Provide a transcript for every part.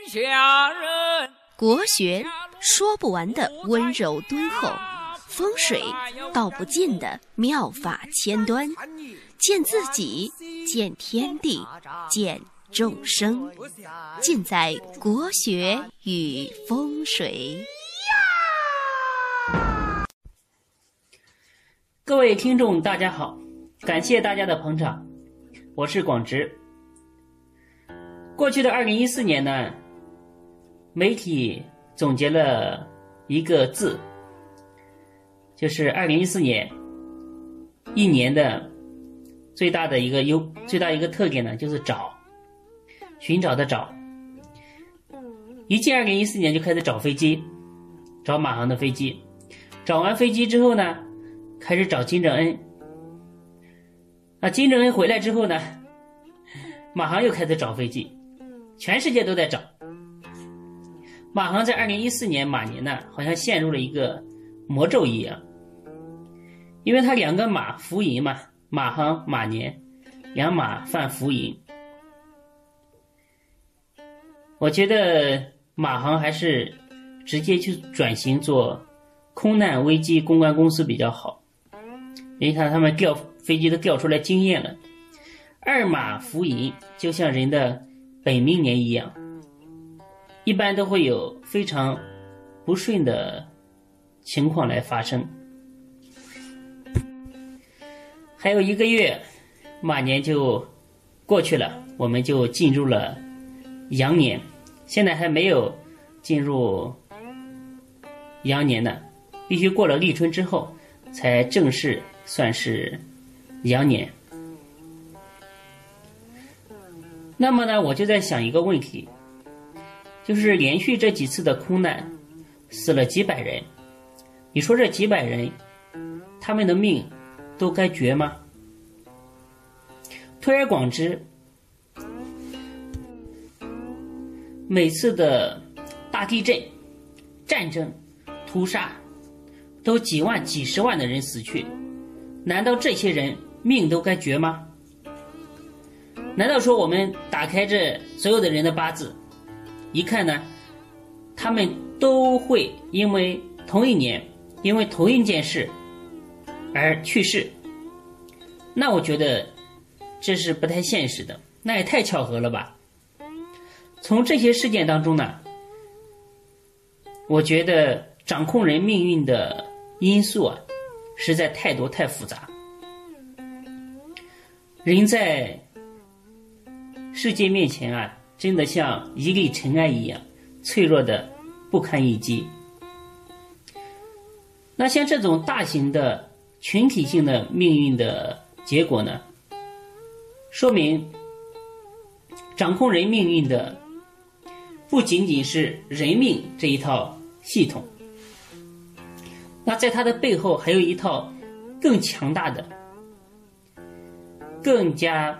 下人。 国学说不完的温柔敦厚，风水道不尽的妙法千端，见自己，见天地，见众生，尽在国学与风水。 各位听众大家好，感谢大家的捧场，我是广直。过去的2014年呢，媒体总结了一个字，就是2014年一年的最大一个特点呢，就是找，寻找的找。一进2014年就开始找飞机，找马航的飞机，找完飞机之后呢，开始找金正恩。金正恩回来之后呢，马航又开始找飞机，全世界都在找。马航在2014年马年呢，好像陷入了一个魔咒一样，因为他两个马伏吟嘛，马航马年，两马犯伏吟。我觉得马航还是直接去转型做空难危机公关公司比较好，因为他们调飞机都调出来经验了。二马伏吟就像人的本命年一样，一般都会有非常不顺的情况来发生。还有1个月马年就过去了，我们就进入了羊年，现在还没有进入羊年呢，必须过了立春之后才正式算是羊年。那么呢，我就在想一个问题，就是连续这几次的空难死了几百人，你说这几百人他们的命都该绝吗？推而广之，每次的大地震、战争、屠杀都几万几十万的人死去，难道这些人命都该绝吗？难道说我们打开这所有的人的八字一看呢，他们都会因为同一年，因为同一件事而去世？那我觉得这是不太现实的，那也太巧合了吧。从这些事件当中呢，我觉得掌控人命运的因素啊，实在太多太复杂。人在世界面前啊，真的像一粒尘埃一样，脆弱的不堪一击。那像这种大型的群体性的命运的结果呢，说明掌控人命运的不仅仅是人命这一套系统，那在它的背后还有一套更强大的、更加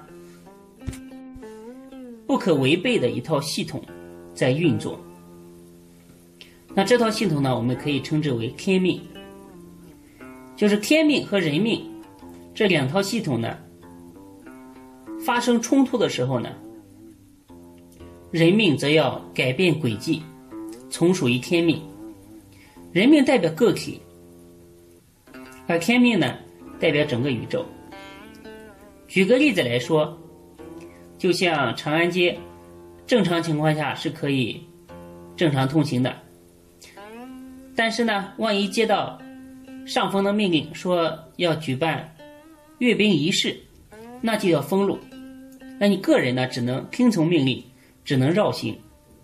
不可违背的一套系统在运作。那这套系统呢，我们可以称之为天命。就是天命和人命这两套系统呢，发生冲突的时候呢，人命则要改变轨迹，从属于天命。人命代表个体，而天命呢，代表整个宇宙。举个例子来说，就像长安街，正常情况下是可以正常通行的，但是呢，万一接到上峰的命令说要举办阅兵仪式，那就要封路，那你个人呢，只能听从命令，只能绕行。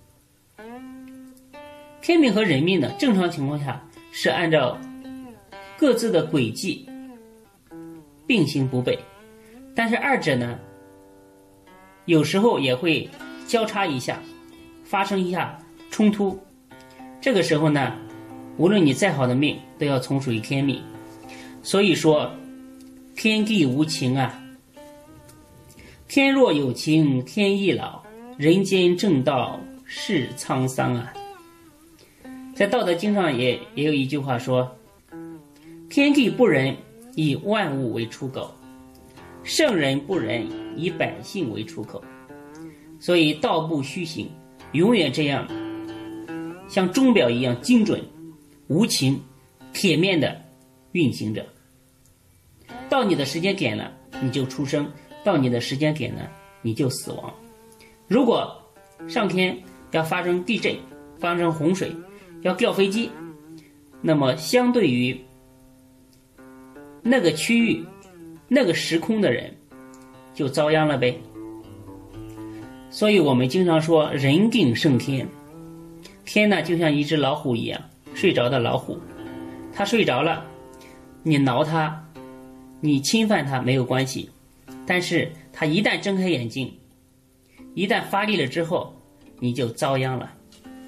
天命和人命呢，正常情况下是按照各自的轨迹并行不悖，但是二者呢，有时候也会交叉一下，发生一下冲突。这个时候呢，无论你再好的命，都要从属于天命。所以说，天地无情啊，天若有情天亦老，人间正道是沧桑啊。在道德经上也有一句话说，天地不仁，以万物为刍狗，圣人不仁，以百姓为出口。所以道不虚行， 永远这样像钟表一样精准、无情、铁面的运行着。到你的时间点了，你就出生；到你的时间点了，你就死亡。如果上天要发生地震、发生洪水，要掉飞机，那么相对于那个区域、那个时空的人就遭殃了呗。所以我们经常说人定胜天，天呢就像一只老虎一样，睡着的老虎，它睡着了，你挠它，你侵犯它没有关系，但是它一旦睁开眼睛，一旦发力了之后，你就遭殃了。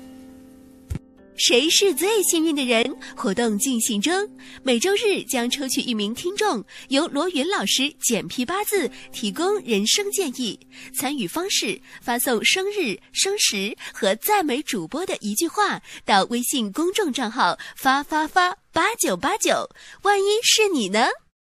谁是最幸运的人？活动进行中，每周日将抽取1名听众，由罗云老师简批8字，提供人生建议。参与方式：发送生日、生时和赞美主播的一句话到微信公众账号发8989，万一是你呢？